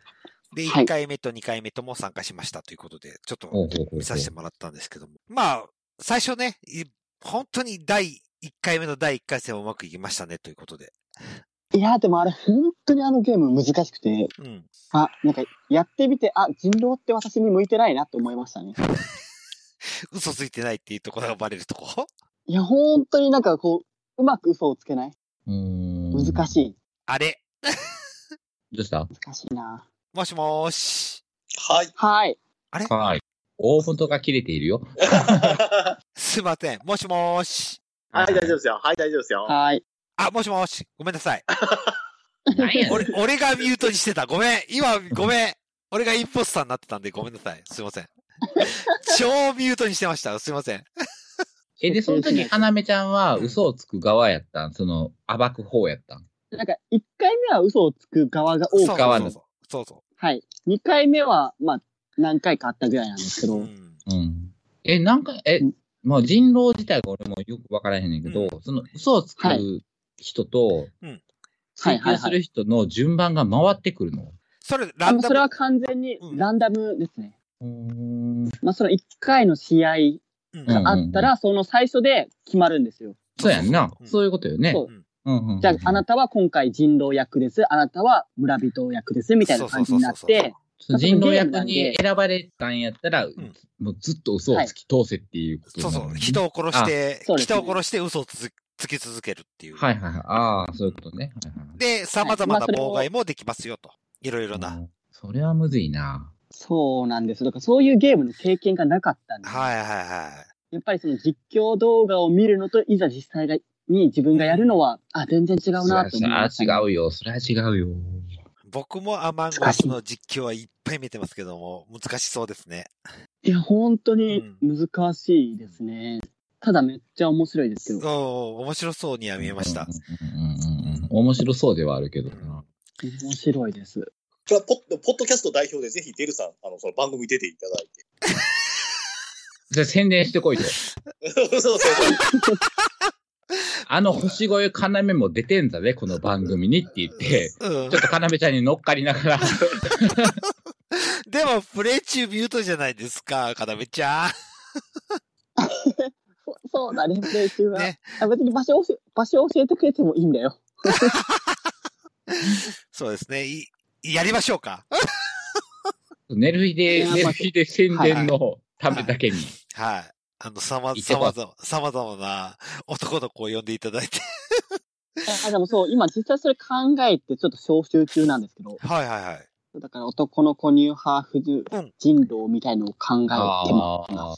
で、1回目と2回目とも参加しましたということで、ちょっと見させてもらったんですけども。まあ、最初ね、本当に第1回目の第1回戦はうまくいきましたねということで。 いや、でもあれ本当にあのゲーム難しくて、うん、なんかやってみて、人狼って私に向いてないなって思いましたね。 嘘ついてないっていうところがバレるとこいや、本当になんかこう、うまく嘘をつけない。難しい。 あれどうした難しいな。 もしもーし。 はい。 はい。 あれはい。大元が切れているよ。 すいません。もしもーし。 はい、大丈夫ですよ。はい、大丈夫ですよ。 はい。 もしもし。ごめんなさい。俺がミュートにしてた。ごめん。今、ごめん。俺がインポスターになってたんでごめんなさい。すいません。超ミュートにしてました。すいません。 で、その時、花芽ちゃんは嘘をつく側やったん？暴く方やったん？ なんか、1回目は嘘をつく側が多く側の。 そう。 はい。2回目は、まあ、何回かあったぐらいなんですけど。 まあ、人狼自体が俺もよくわからへんねんけど、その嘘をつく人と、追求する人の順番が回ってくるの？ それは完全にランダムですね。まあ、その1回の試合があったら、その最初で決まるんですよ。 そうやんな。そういうことよね。 じゃあ、あなたは今回人狼役です。あなたは村人役です。みたいな感じになって、 人狼役に選ばれたんやったら、もうずっと嘘をつき通せっていうことなの、ね。人を殺して嘘をつき続けるっていう。 はい。そういうことね。 で、様々な妨害もできますよと。いろいろな。 それはむずいな。 そうなんです。だからそういうゲームの経験がなかったんで。やっぱりその実況動画を見るのと、いざ実際に自分がやるのは、全然違うなと思いました、ね。 違うよ。それは違うよ。 僕もアマンゴスの実況はいっぱい見てますけども、難しそうですね。 いや、本当に難しいですね。ただめっちゃ面白いですけど。 面白そうには見えました。 面白そうではあるけどな。 面白いです。 ポッドキャスト代表でぜひデルさん、その番組出ていただいて。 じゃあ宣伝してこいと。そう。星越要も出てんだね、この番組にって言って、ちょっと要ちゃんに乗っかりながら。 でも、プレイ中ミュートじゃないですか、要ちゃん。 そうだね、プレイ中は。ね、別に場所を教えてくれてもいいんだよ。 そうですね。やりましょうか。 寝る日で宣伝のためだけに。 はい。様々な男の子を呼んでいただいて。 でもそう、今実際それ考えてちょっと招集中なんですけど。 はい。 だから男の子ニューハーフ人狼みたいのを考えてます。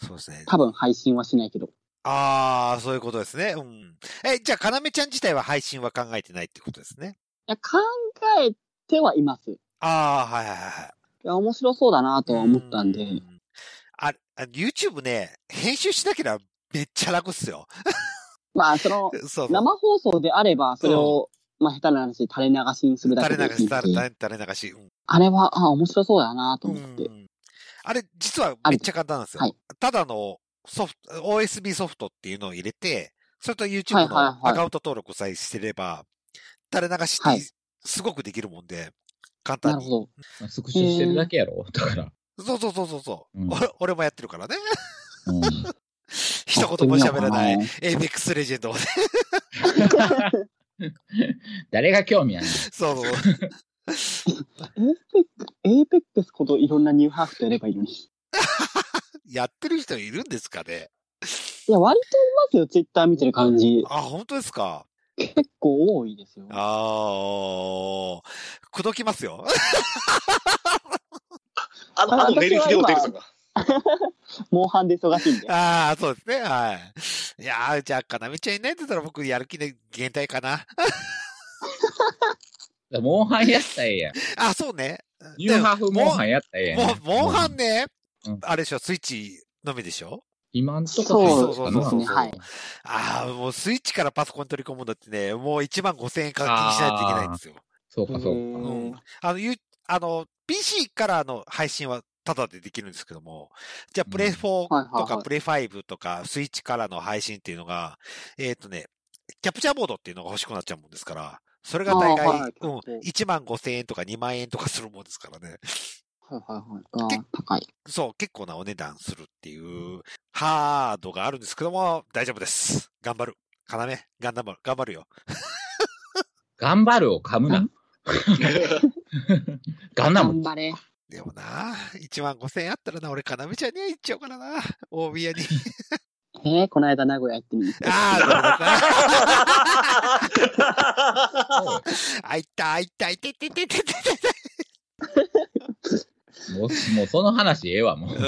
そうですね。 多分配信はしないけど。 そういうことですね。じゃあ、要ちゃん自体は配信は考えてないってことですね。 いや、考えてはいます。 はい。 いや、面白そうだなとは思ったんで。 YouTube ね、編集しなければめっちゃ楽っすよ。 まあ、生放送であれば、それを、下手な話、垂れ流しにするだけでいい。垂れ流し。 あれは、面白そうだなと思って。 あれ、実はめっちゃ簡単なんですよ。ただのOSB ソフトっていうのを入れて、それと YouTube のアカウント登録さえしてれば、垂れ流しってすごくできるもんで、簡単に。 なるほど。スクショしてるだけやろだから。 そう。俺もやってるからね。一言も喋らない、Apex レジェンドで。誰が興味あるの？ そう。 Apex ほどいろんなニューハーフとやればいいのに。 やってる人いるんですかね？ いや、割といますよ、Twitter 見てる感じ。 本当ですか？ 結構多いですよ。 口説きますよ。 メルヒデオテルさんが。 モンハンで忙しいんで。 そうですね。はい。いやじゃあ、要ちゃんいないって言ったら僕やる気で限界かな。 モンハンやったらええやん。 そうね。 ニューハーフモンハンやったらええやん。 モンハンね、あれでしょ、スイッチのみでしょ？ 今んとこそうですね。はい。 もうスイッチからパソコンに取り込むんだってね、もう15,000円課金しないといけないんですよ。 そうか。 PC からの配信はタダでできるんですけども、じゃあプレイ4とかプレイ5とかスイッチからの配信っていうのが、 キャプチャーボードっていうのが欲しくなっちゃうもんですから、それが大概、1万5,000円とか2万円とかするもんですからね。 高い。 そう、結構なお値段するっていうハードがあるんですけども、大丈夫です。頑張る。頑張るよ。 頑張るを噛むな。 頑張れ。 でもな、1万5,000円あったらな、俺、かなめちゃんには行っちゃおうからな、大宮に。 この間名古屋行ってみる。 あいた。 もうその話ええわ、もう。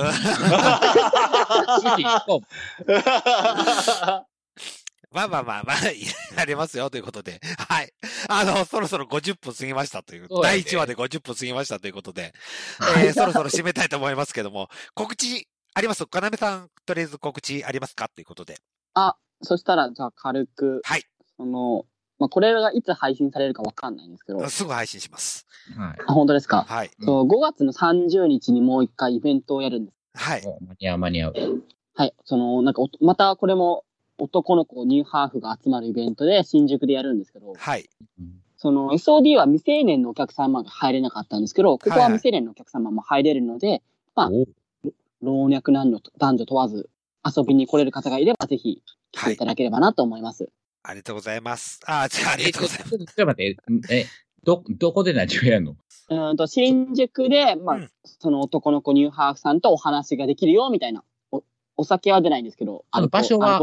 まあ、やれますよということで。はい。そろそろ50分過ぎましたという、第1話で50分過ぎましたということで、そろそろ締めたいと思いますけども、告知ありますかなめさん、とりあえず告知ありますかということで。 そしたら、じゃあ軽く。 はい。 これがいつ配信されるかわかんないんですけど。 すぐ配信します。 はい。 本当ですか？ はい。 5月の30日にもう一回イベントをやるんです。 はい。 間に合う。 はい。またこれも男の子ニューハーフが集まるイベントで新宿でやるんですけど。 はい。 SOD は未成年のお客様が入れなかったんですけど、ここは未成年のお客様も入れるので、老若男女問わず遊びに来れる方がいればぜひ来ていただければなと思います。 ありがとうございます。じゃあありがとうございます。 ちょっと待って、どこで何をやるの？ 新宿で、その男の子ニューハーフさんとお話ができるよみたいな。お酒は出ないんですけ場所は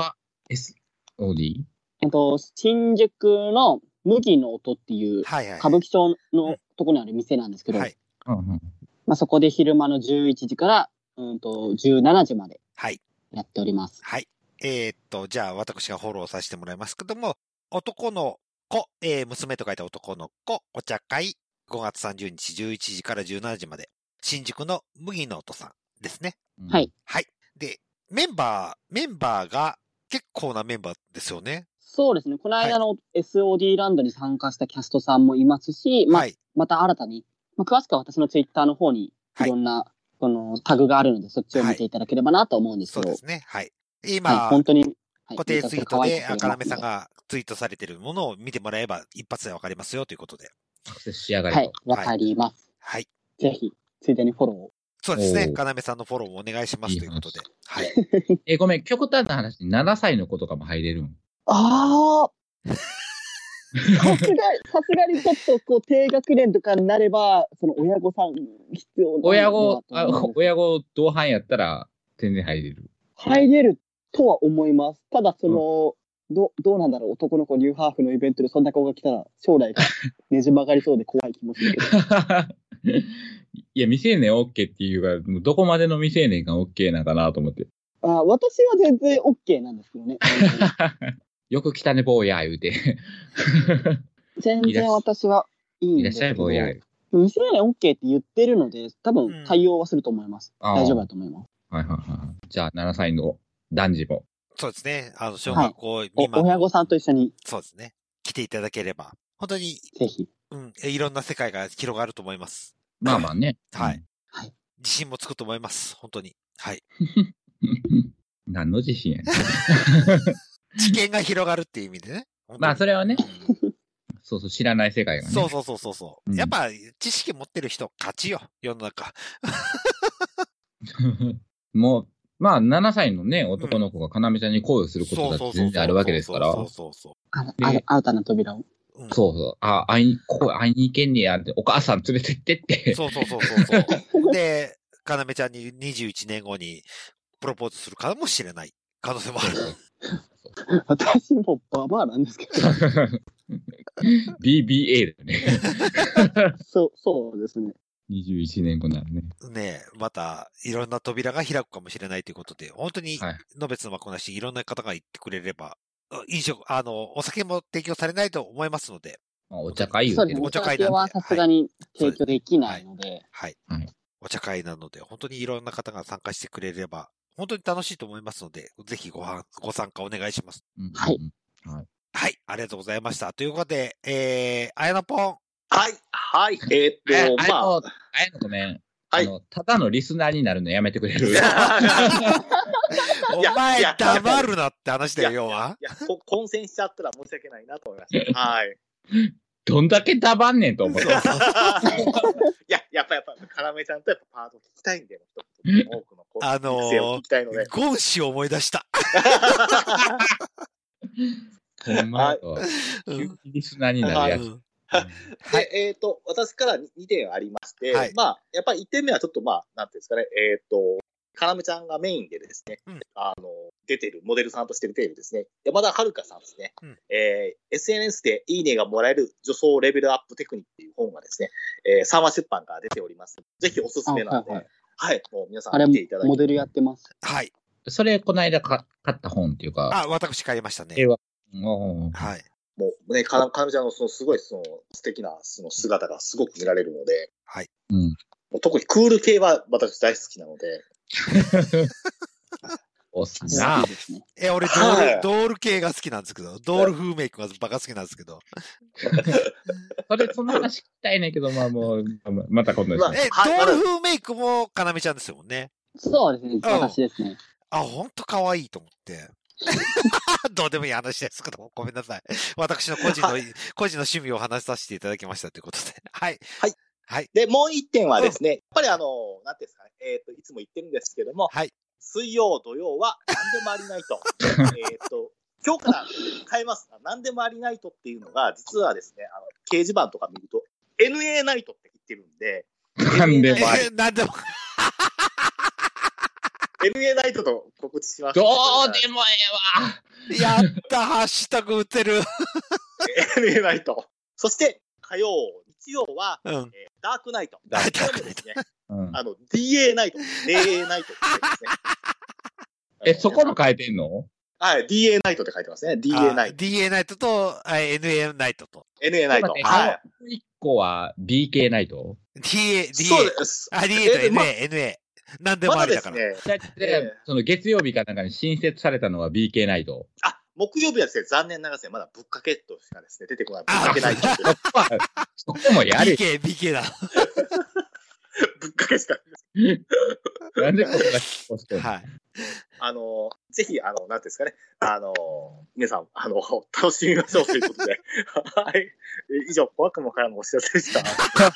SOD？ 新宿の麦の音っていう歌舞伎町のところにある店なんですけど、そこで昼間の11時から17時までやっております。 はい。じゃあ私がフォローさせてもらいますけども、男の子、娘と書いた男の子、お茶会、5月30日11時から17時まで、新宿の麦の音さんですね。 はい。 はい。で、メンバーが結構なメンバーですよね。 そうですね。この間の SOD ランドに参加したキャストさんもいますし、また新たに、詳しくは私のツイッターの方にいろんな、タグがあるので、そっちを見ていただければなと思うんですけど。 そうですね。はい。今、 本当に、 固定ツイートで、かなめさんがツイートされているものを見てもらえば一発でわかりますよということで。 アクセスしやがると。はい、わかります。 はい。 ぜひ、ついでにフォローを。 そうですね。かなめさんのフォローもお願いしますということで。はい。 ごめん、極端な話、7歳の子とかも入れるん？ さすがにちょっと低学年とかになれば、親御さん必要な。 親御同伴やったら全然入れる。 入れるとは思います。ただどうなんだろう、男の子ニューハーフのイベントでそんな子が来たら将来がねじ曲がりそうで怖い気もするけど。 いや、未成年 OK っていうか、どこまでの未成年が OK なんかなと思って。 私は全然 OK なんですけどね。 よく来たね、坊や、言うて。 全然私はいいんですけど。いらっしゃい、坊や。未成年 OK って言ってるので、多分対応はすると思います。大丈夫だと思います。 はい。じゃあ、7歳の男児も。 そうですね。小学校未満、親御さんと一緒に。 そうですね。来ていただければ。本当に。 ぜひ。 いろんな世界が広がると思います。 まあね。 はい。自信もつくと思います。本当に。はい。 何の自信やねん。 知見が広がるっていう意味でね。 それはね。そう、知らない世界がね。 そう。やっぱ、知識持ってる人、勝ちよ、世の中。 もう、7歳のね、男の子がかなめちゃんに恋をすることだって全然あるわけですから。 新たな扉を。 そう。会いに行けんねやって、お母さん連れてってって。 そう。で、かなめちゃんに21年後にプロポーズするかもしれない可能性もある。 私もババアなんですけど。 BBA だよね。 そうですね。 21年後ならね。 ねえ、また、いろんな扉が開くかもしれないということで、本当に、のべつのまこなし、いろんな方が言ってくれれば、お酒も提供されないと思いますので。 お茶会言うてる。 お茶会はさすがに提供できないので。 はい。お茶会なので、本当にいろんな方が参加してくれれば、本当に楽しいと思いますので、ぜひご参加お願いします。 はい。 はい、ありがとうございました。ということで、あやのぽん。 はい。 あやのごめん。ただのリスナーになるのやめてくれる。 お前黙るなって話だよ、要は。 いや、混戦しちゃったら申し訳ないなと思いました。はい。 どんだけ黙んねんと思って。いや、やっぱ、カラメちゃんとやっぱパート聞きたいんで、多くの聞きたいので。 ゴン氏を思い出した。 ほんまと、急にリスナーになるやつ。 で、私から2点ありまして、はい、まあ、やっぱり1点目はちょっとまあ、なんていうんですかね、カラメちゃんがメインでですね、出てる、モデルさんとして出ているですね、山田遥さんですね、SNS でいいねがもらえる女装レベルアップテクニックっていう本がですね、三和出版から出ております。ぜひおすすめなので、はい、もう皆さん見ていただいて。 モデルやってます。 はい。 それ、この間買った本っていうか。 私買いましたね。 はい。 もうね、かなみちゃんのすごい素敵な姿がすごく見られるので、 はい。 特にクール系は私大好きなので。 おっすな。 俺ドール系が好きなんですけど、ドール風メイクがバカ好きなんですけど。 その話聞きたいねんけど、まあもう、また今度ですね。ドール風メイクもかなみちゃんですよね。 そうですね、私ですね。 ほんと可愛いと思って。どうでもいい話ですけど、ごめんなさい。私の個人の趣味を話させていただきましたということで。はい。 はい。はい。で、もう一点はですね、やっぱりなんていうんですかね、いつも言ってるんですけども、はい。水曜、土曜は何でもありないと。今日から変えます。何でもありないとっていうのが、実はですね、掲示板とか見ると、NA ナイトって言ってるんで、 何でもあり。 何でも。 NA ナイトと告知します。 どうでもええわ。やったハッシュタグ打てる。 NA ナイト。そして、火曜、日曜は、ダークナイト。 ダークナイト。 ですね。DA ナイト。DA ナイトって書いてますね。そこも変えてんの？ はい、DA ナイトって書いてますね。DA ナイト。 DA ナイトと、NA ナイトと。 NA ナイト。 はい。1個は BK ナイト？ DA。 そうです。 DA と NA。何でもありだから。 その月曜日かなんかに新設されたのは BK ナイト。 木曜日はですね、残念ながらですね、まだぶっかけとしかですね、出てこない。ぶっかけない。 そこもやる。 BK だ。 ぶっかけしかない。なんでここが押してるの？ はい。 ぜひ、なんていうんですかね、皆さん、楽しみましょうということで。はい。以上、小悪魔からのお知らせでした。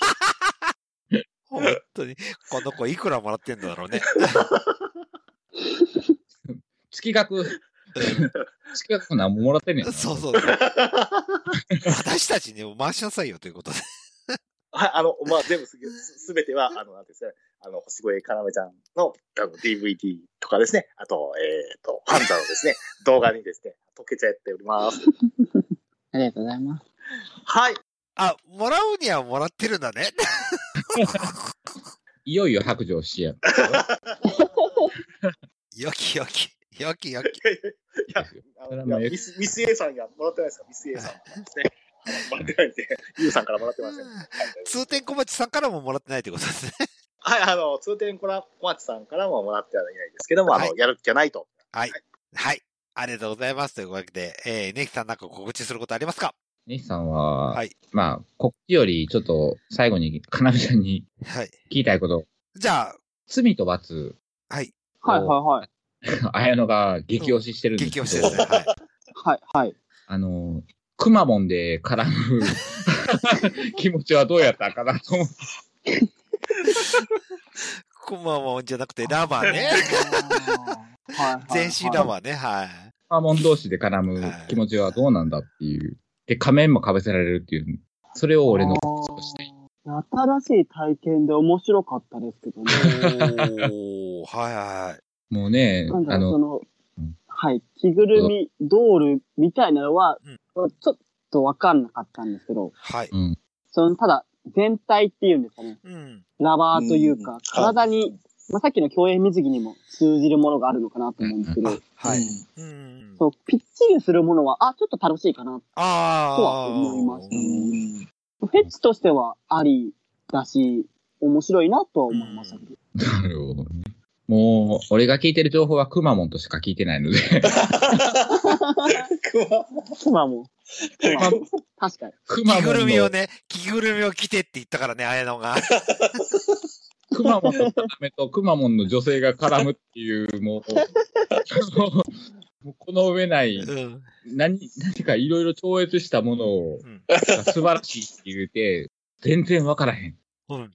本当に、この子いくらもらってんだろうね。 月額何ももらってんねん。 そう。私たちにも回しなさいよということで。 はい、まあ、全部すべては、なんていうんですかね、星越かなめちゃんの、DVD とかですね、あと、ファンザのですね、動画にですね、溶けちゃっております。 ありがとうございます。 はい。 もらうにはもらってるんだね。 いよいよ白状しやん。 いよき。 や、ミス A さんにはもらってないですか？ミス A さんですね。もらってないんで、ユウさんからもらってません。 通天小町さんからももらってないということですね。 はい、通天小町さんからももらってはいないですけども、やる気がないと。 はい。はい。ありがとうございます。というわけで、ネキさんなんか告知することありますか？ ネキさんは、まあ、告知よりちょっと最後に、かなめちゃんに聞きたいこと。 じゃあ、 罪と罰。 はい。 綾野が激推ししてるんですけど。 激推しですね。 はい。 くまモンで絡む気持ちはどうやったかなと思って。 くまモンじゃなくてラバーね。全身ラバーね。はい。 くまモン同士で絡む気持ちはどうなんだっていう。で、仮面も被せられるっていう。それを俺の告知として。 新しい体験で面白かったですけどね。 はい。 もうね、 着ぐるみ、ドールみたいなのは、ちょっとわかんなかったんですけど、 はい。 ただ、全体っていうんですかね。ラバーというか、体に、さっきの競泳水着にも通じるものがあるのかなと思うんですけど、 はい。 ぴっちりするものは、ちょっと楽しいかな、とは思いましたね。フェチとしてはありだし、面白いなとは思いましたけど。 なるほどね。もう、俺が聞いてる情報はくまモンとしか聞いてないので。 くまモン。確かに。 着ぐるみを着てって言ったからね、綾野が。 くまモンの要とくまモンの女性が絡むっていう、もうこの上ない、何かいろいろ超越したものを、素晴らしいって言うて、全然わからへん。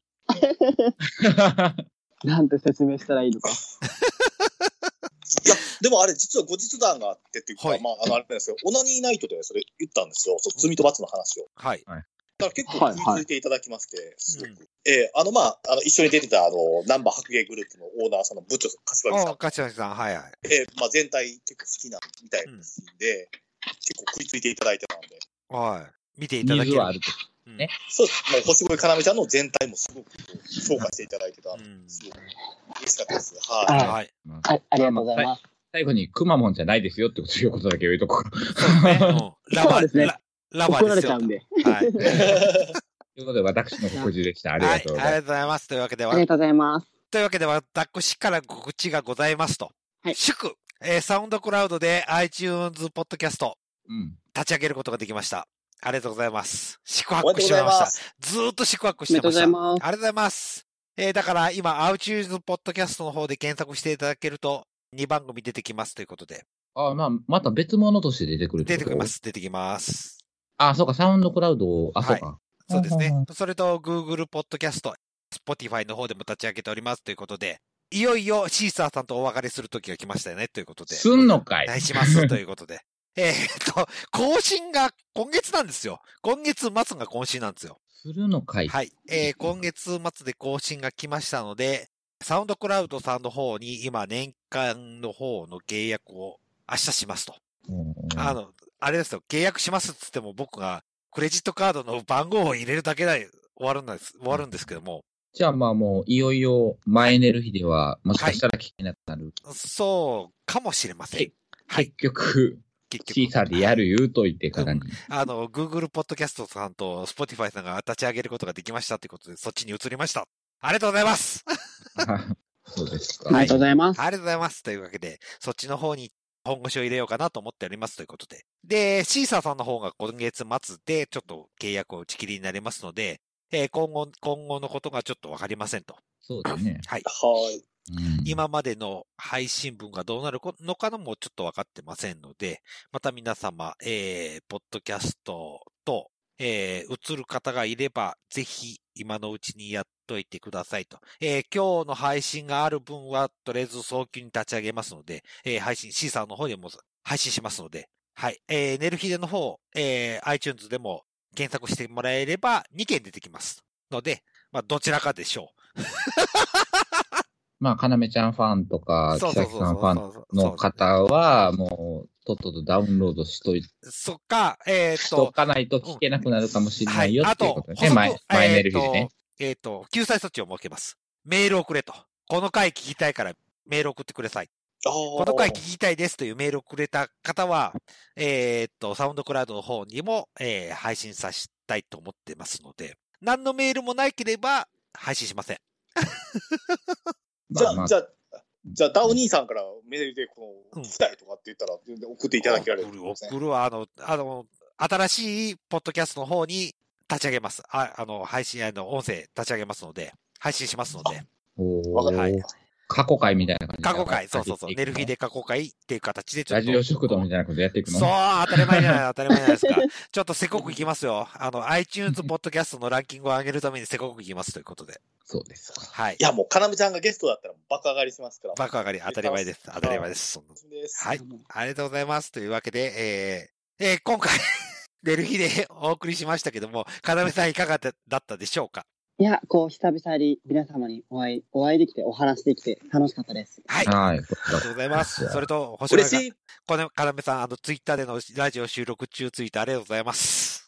なんて説明したらいいのか。 いや、でもあれ実は後日談があってっていうか、まあ、あれなんですよ。オナニーナイトでそれ言ったんですよ。罪と罰の話を。 はい。 だから結構食いついていただきまして、すごく。まあ、一緒に出てた、ナンバー白芸グループのオーナーさんの部長、柏木さん。 柏木さん、はいはい。 まあ、全体結構好きなみたいですんで、結構食いついていただいてたんで。 はい。見ていただける。 あると。 ね。そうです。もう、星越かなめちゃんの全体もすごく評価していただいてたんで、すごく嬉しかったです。 はい。ありがとうございます。 最後にくまモンじゃないですよっていうことだけ言うとこ。 ラバですね。ラバですよ。怒られちゃうんで。 はい。ということで、私の告知でした。ありがとうございます。 ありがとうございます。というわけで、 ありがとうございます。 というわけで、私から告知がございますと。 はい。 祝、サウンドクラウドで iTunes ポッドキャスト、立ち上げることができました。ありがとうございます。四苦八苦してました。ずーっと四苦八苦してました。ありがとうございます。だから今、iTunes ポッドキャストの方で検索していただけると、2番組出てきますということで。 また別物として出てくるってこと？ 出てきます。 そうか、サウンドクラウド、そうか。 そうですね。それと、Google ポッドキャスト、Spotify の方でも立ち上げておりますということで、いよいよシーサーさんとお別れする時が来ましたよねということで。 すんのかい。 お願いしますということで。更新が今月なんですよ。今月末が更新なんですよ。 するのかい。 はい。今月末で更新が来ましたので、サウンドクラウドさんの方に今年間の方の契約を明日しますと。あれですよ、契約しますって言っても僕がクレジットカードの番号を入れるだけで終わるんですけども。 じゃあまあもう、いよいよ前寝る日では、もしかしたら聞けなくなる。 そうかもしれません。 結局、シーサーでやる言うといてからに。 Google ポッドキャストさんと Spotify さんが立ち上げることができましたということで、そっちに移りました。ありがとうございます。 そうですか。 ありがとうございます。 ありがとうございます。というわけで、そっちの方に本腰を入れようかなと思っておりますということで。で、シーサーさんの方が今月末でちょっと契約を打ち切りになりますので、今後のことがちょっとわかりませんと。 そうですね。 はい。 はい。 今までの配信分がどうなるのかもちょっと分かってませんので、また皆様、ポッドキャストと、移る方がいれば、ぜひ今のうちにやっといてくださいと。今日の配信がある分は、とりあえず早急に立ち上げますので、配信、シーサーの方でも配信しますので、はい。寝る日での方、iTunes でも検索してもらえれば2件出てきますので、まあ、どちらかでしょう。 まあ、かなめちゃんファンとか、木崎さんファンの方は、もう、とっととダウンロードしといて。 そっか、 しとかないと聞けなくなるかもしれないよっていうことですね。前寝る日でね。 救済措置を設けます。メールをくれと。この回聞きたいからメール送ってください。この回聞きたいですというメールをくれた方は、サウンドクラウドの方にも、配信させたいと思ってますので、何のメールもなければ配信しません。 じゃあ、ダウ兄さんからメールで聞きたいとかって言ったら、全然送っていただけられるんですね。 送るは、新しいポッドキャストの方に立ち上げます。配信、音声立ち上げますので、配信しますので。 わかりました。 過去回みたいな感じ。 過去回、そう。寝る日で過去回っていう形でちょっと。 ラジオ食堂みたいなことやっていくの？ そう、当たり前じゃないですか。ちょっとせこくいきますよ。iTunes ポッドキャストのランキングを上げるためにせこくいきますということで。 そうですか。 はい。 いや、もう、かなめちゃんがゲストだったら爆上がりしますから。 爆上がり、当たり前です。当たり前です。はい。ありがとうございます。というわけで、今回、寝る日でお送りしましたけども、かなめさんいかがだったでしょうか？ いや、久々に皆様にお会いできて、お話できて楽しかったです。 はい。ありがとうございます。それと、星野さん、このかなめさん、ツイッターでのラジオ収録中ツイートありがとうございます。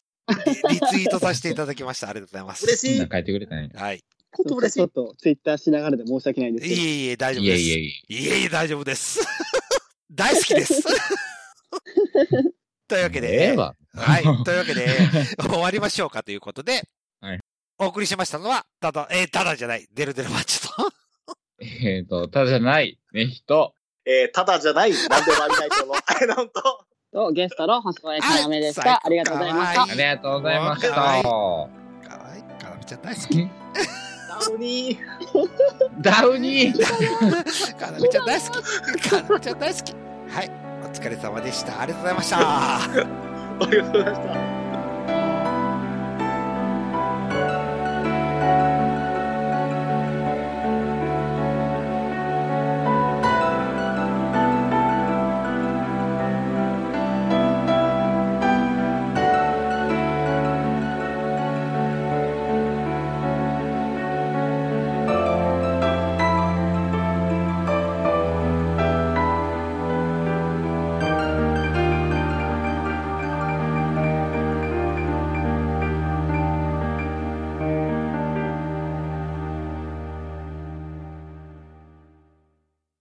リツイートさせていただきました。ありがとうございます。 嬉しい。 書いてくれたね。 はい。 ちょっとツイッターしながらで申し訳ないんですけど。 いえ、大丈夫です。いえ、大丈夫です。大好きです。というわけで、はい。というわけで、終わりましょうかということで、お送りしましたのは、ただじゃない、デルマッチと。ただじゃない、ね人。 ただじゃない、なんでもありないとの、あれなんと、ゲストの星越かなめでした。ありがとうございました。 ありがとうございました。 かわいい。かなめちゃん大好き。 ウニー。 ダウニー。 かなみちゃん大好き。かなみちゃん大好き。はい。お疲れ様でした。ありがとうございました。 ありがとうございました。